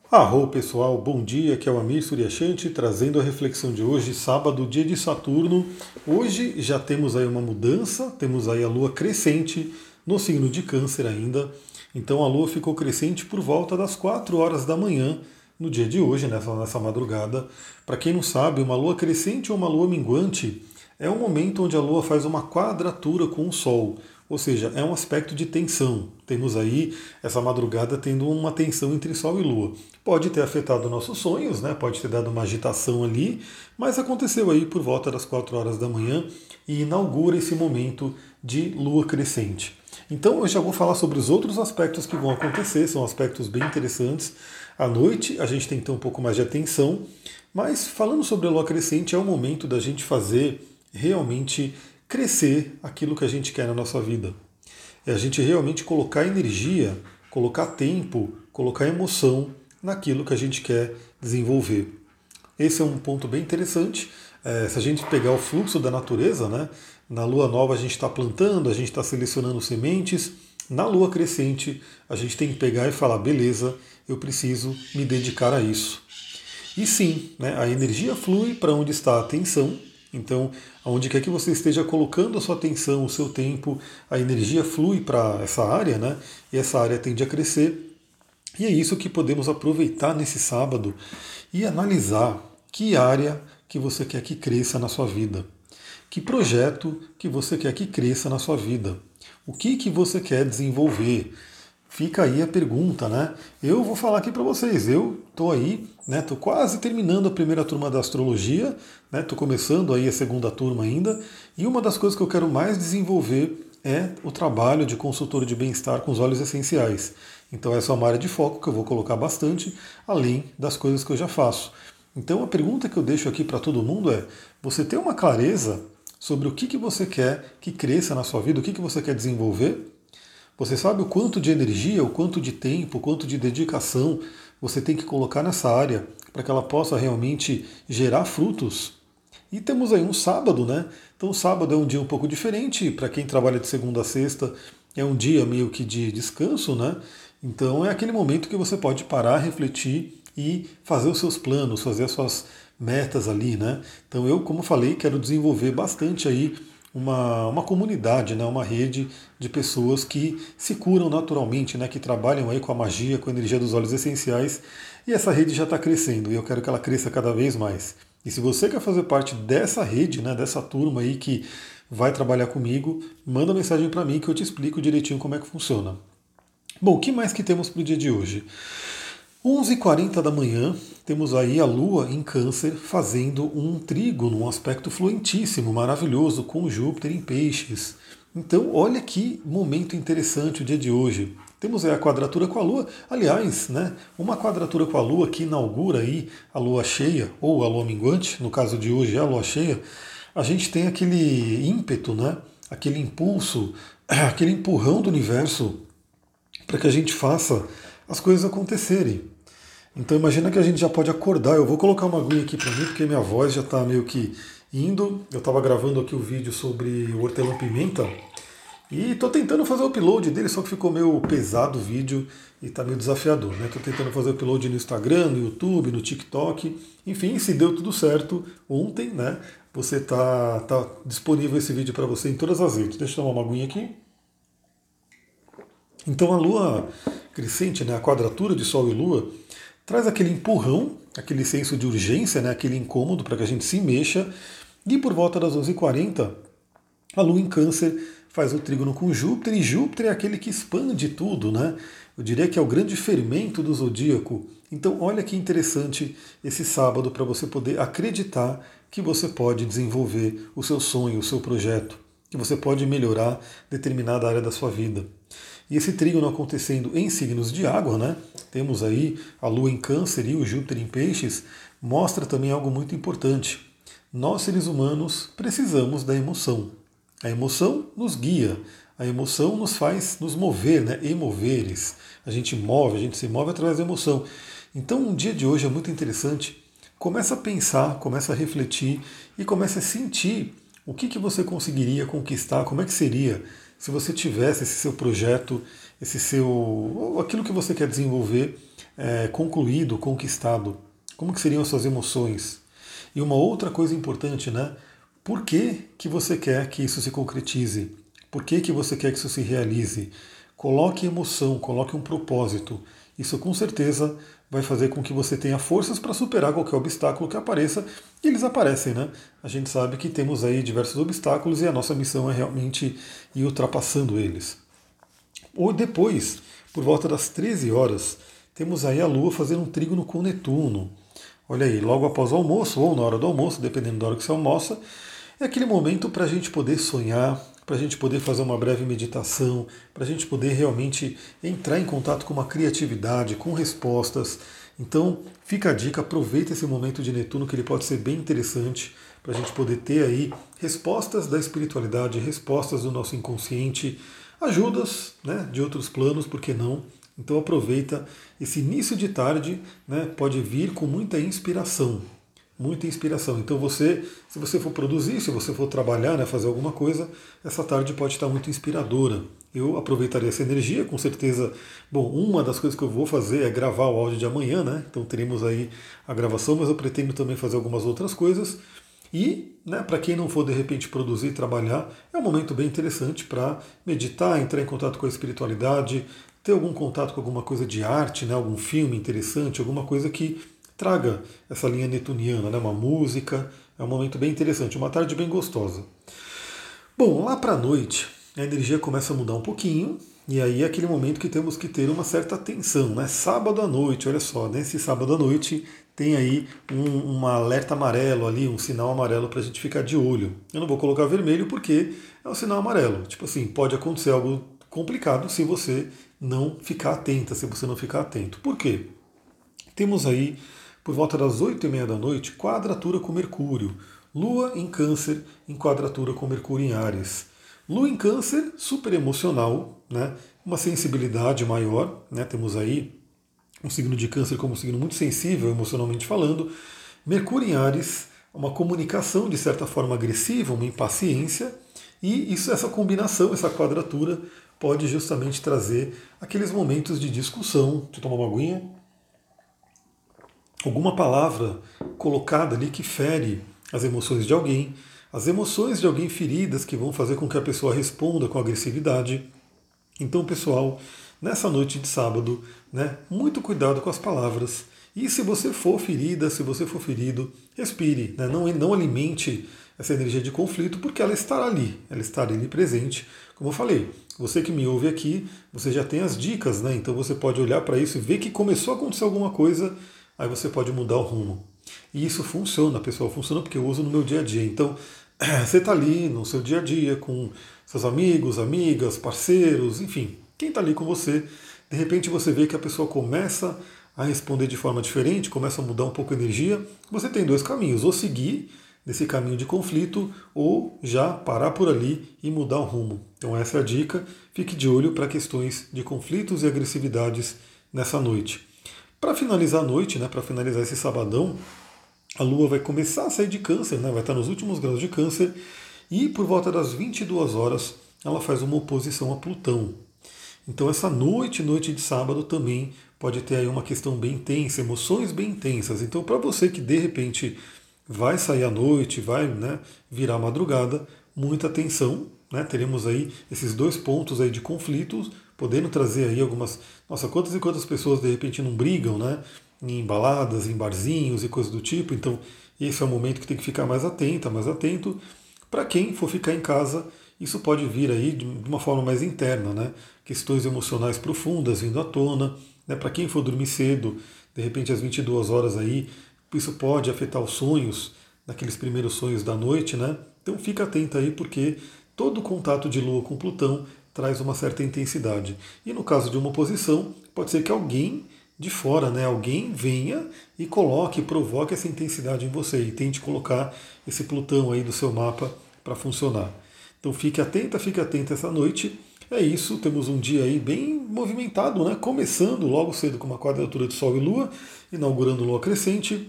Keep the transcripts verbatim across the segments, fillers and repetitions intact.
Arro pessoal, bom dia, aqui é o Amir Suryashanti trazendo a reflexão de hoje, sábado, dia de Saturno. Hoje já temos aí uma mudança, temos aí a Lua crescente no signo de Câncer ainda. Então a Lua ficou crescente por volta das quatro horas da manhã no dia de hoje, nessa, nessa madrugada. Para quem não sabe, uma Lua crescente ou uma Lua minguante é um momento onde a Lua faz uma quadratura com o Sol. Ou seja, é um aspecto de tensão. Temos aí essa madrugada tendo uma tensão entre Sol e Lua. Pode ter afetado nossos sonhos, né? Pode ter dado uma agitação ali, mas aconteceu aí por volta das quatro horas da manhã e inaugura esse momento de Lua crescente. Então eu já vou falar sobre os outros aspectos que vão acontecer, são aspectos bem interessantes. À noite a gente tem que ter um pouco mais de atenção, mas falando sobre a Lua crescente é o momento da gente fazer realmente crescer aquilo que a gente quer na nossa vida. É a gente realmente colocar energia, colocar tempo, colocar emoção naquilo que a gente quer desenvolver. Esse é um ponto bem interessante. É, se a gente pegar o fluxo da natureza, né, na lua nova a gente está plantando, a gente está selecionando sementes. Na lua crescente a gente tem que pegar e falar, beleza, eu preciso me dedicar a isso. E sim, né, a energia flui para onde está a atenção. Então, aonde quer que você esteja colocando a sua atenção, o seu tempo, a energia flui para essa área, né? E essa área tende a crescer. E é isso que podemos aproveitar nesse sábado e analisar que área que você quer que cresça na sua vida. Que projeto que você quer que cresça na sua vida. O que, que você quer desenvolver? Fica aí a pergunta, né? Eu vou falar aqui para vocês. Eu estou aí, né? Estou quase terminando a primeira turma da astrologia, né? Estou começando aí a segunda turma ainda. E uma das coisas que eu quero mais desenvolver é o trabalho de consultor de bem-estar com os óleos essenciais. Então essa é uma área de foco que eu vou colocar bastante, além das coisas que eu já faço. Então a pergunta que eu deixo aqui para todo mundo é: você tem uma clareza sobre o que, que você quer que cresça na sua vida, o que, que você quer desenvolver? Você sabe o quanto de energia, o quanto de tempo, o quanto de dedicação você tem que colocar nessa área para que ela possa realmente gerar frutos? E temos aí um sábado, né? Então o sábado é um dia um pouco diferente, para quem trabalha de segunda a sexta, é um dia meio que de descanso, né? Então é aquele momento que você pode parar, refletir e fazer os seus planos, fazer as suas metas ali, né? Então eu, como falei, quero desenvolver bastante aí uma, uma comunidade, né, uma rede de pessoas que se curam naturalmente, né, que trabalham aí com a magia, com a energia dos óleos essenciais, e essa rede já está crescendo e eu quero que ela cresça cada vez mais. E se você quer fazer parte dessa rede, né, dessa turma aí que vai trabalhar comigo, manda mensagem para mim que eu te explico direitinho como é que funciona. Bom, o que mais que temos para o dia de hoje? onze e quarenta da manhã, temos aí a Lua em Câncer fazendo um trígono, um aspecto fluentíssimo, maravilhoso, com Júpiter em Peixes. Então, olha que momento interessante o dia de hoje. Temos aí a quadratura com a Lua, aliás, né, uma quadratura com a Lua que inaugura aí a Lua cheia, ou a Lua minguante, no caso de hoje é a Lua cheia. A gente tem aquele ímpeto, né, aquele impulso, aquele empurrão do universo para que a gente faça as coisas acontecerem. Então imagina que a gente já pode acordar. Eu vou colocar uma aguinha aqui para mim, porque minha voz já está meio que indo. Eu estava gravando aqui o vídeo sobre o hortelã-pimenta e estou tentando fazer o upload dele, só que ficou meio pesado o vídeo e está meio desafiador, né? Estou tentando fazer o upload no Instagram, no YouTube, no TikTok. Enfim, se deu tudo certo ontem, né? Você está tá disponível esse vídeo para você em todas as redes. Deixa eu tomar uma aguinha aqui. Então a Lua crescente, né, a quadratura de Sol e Lua, traz aquele empurrão, aquele senso de urgência, né, aquele incômodo para que a gente se mexa. E por volta das onze e quarenta, a Lua em Câncer faz o trígono com Júpiter, e Júpiter é aquele que expande tudo, né? Eu diria que é o grande fermento do zodíaco. Então olha que interessante esse sábado para você poder acreditar que você pode desenvolver o seu sonho, o seu projeto, que você pode melhorar determinada área da sua vida. E esse trígono acontecendo em signos de água, né? Temos aí a Lua em Câncer e o Júpiter em Peixes, mostra também algo muito importante. Nós, seres humanos, precisamos da emoção. A emoção nos guia, a emoção nos faz nos mover, né? Emoveres. A gente move, a gente se move através da emoção. Então, um dia de hoje é muito interessante. Começa a pensar, começa a refletir e começa a sentir o que, que você conseguiria conquistar, como é que seria se você tivesse esse seu projeto, esse seu, aquilo que você quer desenvolver, é, concluído, conquistado? Como que seriam as suas emoções? E uma outra coisa importante, né? Por que, que você quer que isso se concretize? Por que, que você quer que isso se realize? Coloque emoção, coloque um propósito. Isso com certeza vai fazer com que você tenha forças para superar qualquer obstáculo que apareça. E eles aparecem, né? A gente sabe que temos aí diversos obstáculos e a nossa missão é realmente ir ultrapassando eles. Ou depois, por volta das treze horas, temos aí a Lua fazendo um trígono com Netuno. Olha aí, logo após o almoço, ou na hora do almoço, dependendo da hora que você almoça, é aquele momento para a gente poder sonhar, para a gente poder fazer uma breve meditação, para a gente poder realmente entrar em contato com uma criatividade, com respostas. Então, fica a dica, aproveita esse momento de Netuno, que ele pode ser bem interessante, para a gente poder ter aí respostas da espiritualidade, respostas do nosso inconsciente, ajudas, né, de outros planos, por que não? Então aproveita esse início de tarde, né, pode vir com muita inspiração, muita inspiração. Então você, se você for produzir, se você for trabalhar, né, fazer alguma coisa, essa tarde pode estar muito inspiradora. Eu aproveitaria essa energia, com certeza. Bom, uma das coisas que eu vou fazer é gravar o áudio de amanhã, né? Então teremos aí a gravação, mas eu pretendo também fazer algumas outras coisas. E, né, para quem não for de repente produzir e trabalhar, é um momento bem interessante para meditar, entrar em contato com a espiritualidade, ter algum contato com alguma coisa de arte, né, algum filme interessante, alguma coisa que traga essa linha netuniana, né, uma música. É um momento bem interessante, uma tarde bem gostosa. Bom, lá para a noite, a energia começa a mudar um pouquinho, e aí é aquele momento que temos que ter uma certa atenção, né? Sábado à noite, olha só, nesse sábado à noite tem aí um, um alerta amarelo ali, um sinal amarelo para a gente ficar de olho. Eu não vou colocar vermelho porque é um sinal amarelo. Tipo assim, pode acontecer algo complicado se você não ficar atenta, se você não ficar atento. Por quê? Temos aí, por volta das oito e meia da noite, quadratura com Mercúrio. Lua em Câncer em quadratura com Mercúrio em Áries. Lua em Câncer, super emocional, né? Uma sensibilidade maior, né? Temos aí um signo de Câncer como um signo muito sensível, emocionalmente falando. Mercúrio em Áries, uma comunicação de certa forma agressiva, uma impaciência, e isso, essa combinação, essa quadratura, pode justamente trazer aqueles momentos de discussão. Deixa eu tomar uma aguinha. Alguma palavra colocada ali que fere as emoções de alguém, as emoções de alguém feridas que vão fazer com que a pessoa responda com agressividade. Então, pessoal, nessa noite de sábado, né, muito cuidado com as palavras. E se você for ferida, se você for ferido, respire, né, não, não alimente essa energia de conflito, porque ela estará ali, ela estará ali presente. Como eu falei, você que me ouve aqui, você já tem as dicas, né? Então você pode olhar para isso e ver que começou a acontecer alguma coisa, aí você pode mudar o rumo. E isso funciona, pessoal, funciona porque eu uso no meu dia a dia. Então, você está ali no seu dia a dia com seus amigos, amigas, parceiros, enfim, quem está ali com você, de repente você vê que a pessoa começa a responder de forma diferente, começa a mudar um pouco a energia, você tem dois caminhos, ou seguir nesse caminho de conflito, ou já parar por ali e mudar o rumo. Então essa é a dica, fique de olho para questões de conflitos e agressividades nessa noite. Para finalizar a noite, né, para finalizar esse sabadão, a Lua vai começar a sair de Câncer, né, vai estar nos últimos graus de Câncer, e por volta das vinte e duas horas ela faz uma oposição a Plutão. Então essa noite, noite de sábado, também pode ter aí uma questão bem intensa, emoções bem intensas. Então para você que de repente vai sair à noite, vai, né, virar madrugada, muita atenção, né? Teremos aí esses dois pontos aí de conflitos, podendo trazer aí algumas... Nossa, quantas e quantas pessoas de repente não brigam, né? Em baladas, em barzinhos e coisas do tipo. Então esse é o momento que tem que ficar mais atenta, mais atento. Para quem for ficar em casa, isso pode vir aí de uma forma mais interna, né? Questões emocionais profundas vindo à tona, né? Para quem for dormir cedo, de repente às vinte e duas horas aí, isso pode afetar os sonhos, naqueles primeiros sonhos da noite, né? Então fica atento aí, porque todo contato de Lua com Plutão traz uma certa intensidade. E no caso de uma oposição, pode ser que alguém de fora, né, alguém venha e coloque, provoque essa intensidade em você e tente colocar esse Plutão aí do seu mapa para funcionar. Então fique atenta, fique atenta essa noite. É isso, temos um dia aí bem movimentado, né? Começando logo cedo com uma quadratura de Sol e Lua, inaugurando Lua crescente.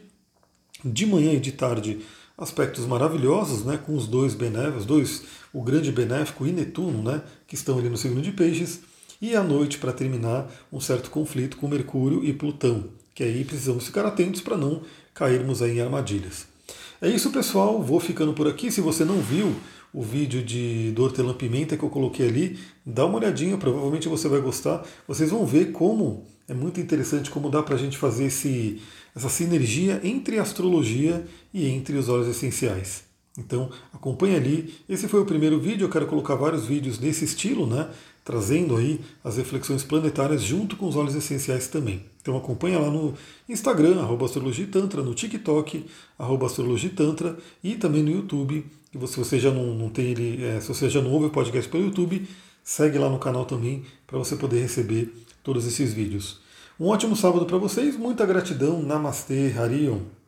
De manhã e de tarde, aspectos maravilhosos, né, com os dois benéficos, dois, o grande benéfico e Netuno, né, que estão ali no signo de Peixes. e à noite, para terminar, um certo conflito com Mercúrio e Plutão, que aí precisamos ficar atentos para não cairmos aí em armadilhas. É isso, pessoal, vou ficando por aqui. Se você não viu o vídeo de do hortelã-pimenta que eu coloquei ali, dá uma olhadinha, provavelmente você vai gostar. Vocês vão ver como é muito interessante, como dá para a gente fazer esse, essa sinergia entre a astrologia e entre os óleos essenciais. Então acompanha ali. Esse foi o primeiro vídeo, eu quero colocar vários vídeos nesse estilo, né? Trazendo aí as reflexões planetárias junto com os óleos essenciais também. Então acompanha lá no Instagram, arroba Astrologia e Tantra, no TikTok, arroba Astrologia e Tantra, e também no YouTube. E se você já não, não tem ele, é, se você já não ouve o podcast pelo YouTube, segue lá no canal também para você poder receber todos esses vídeos. Um ótimo sábado para vocês, muita gratidão, Namastê, Harion.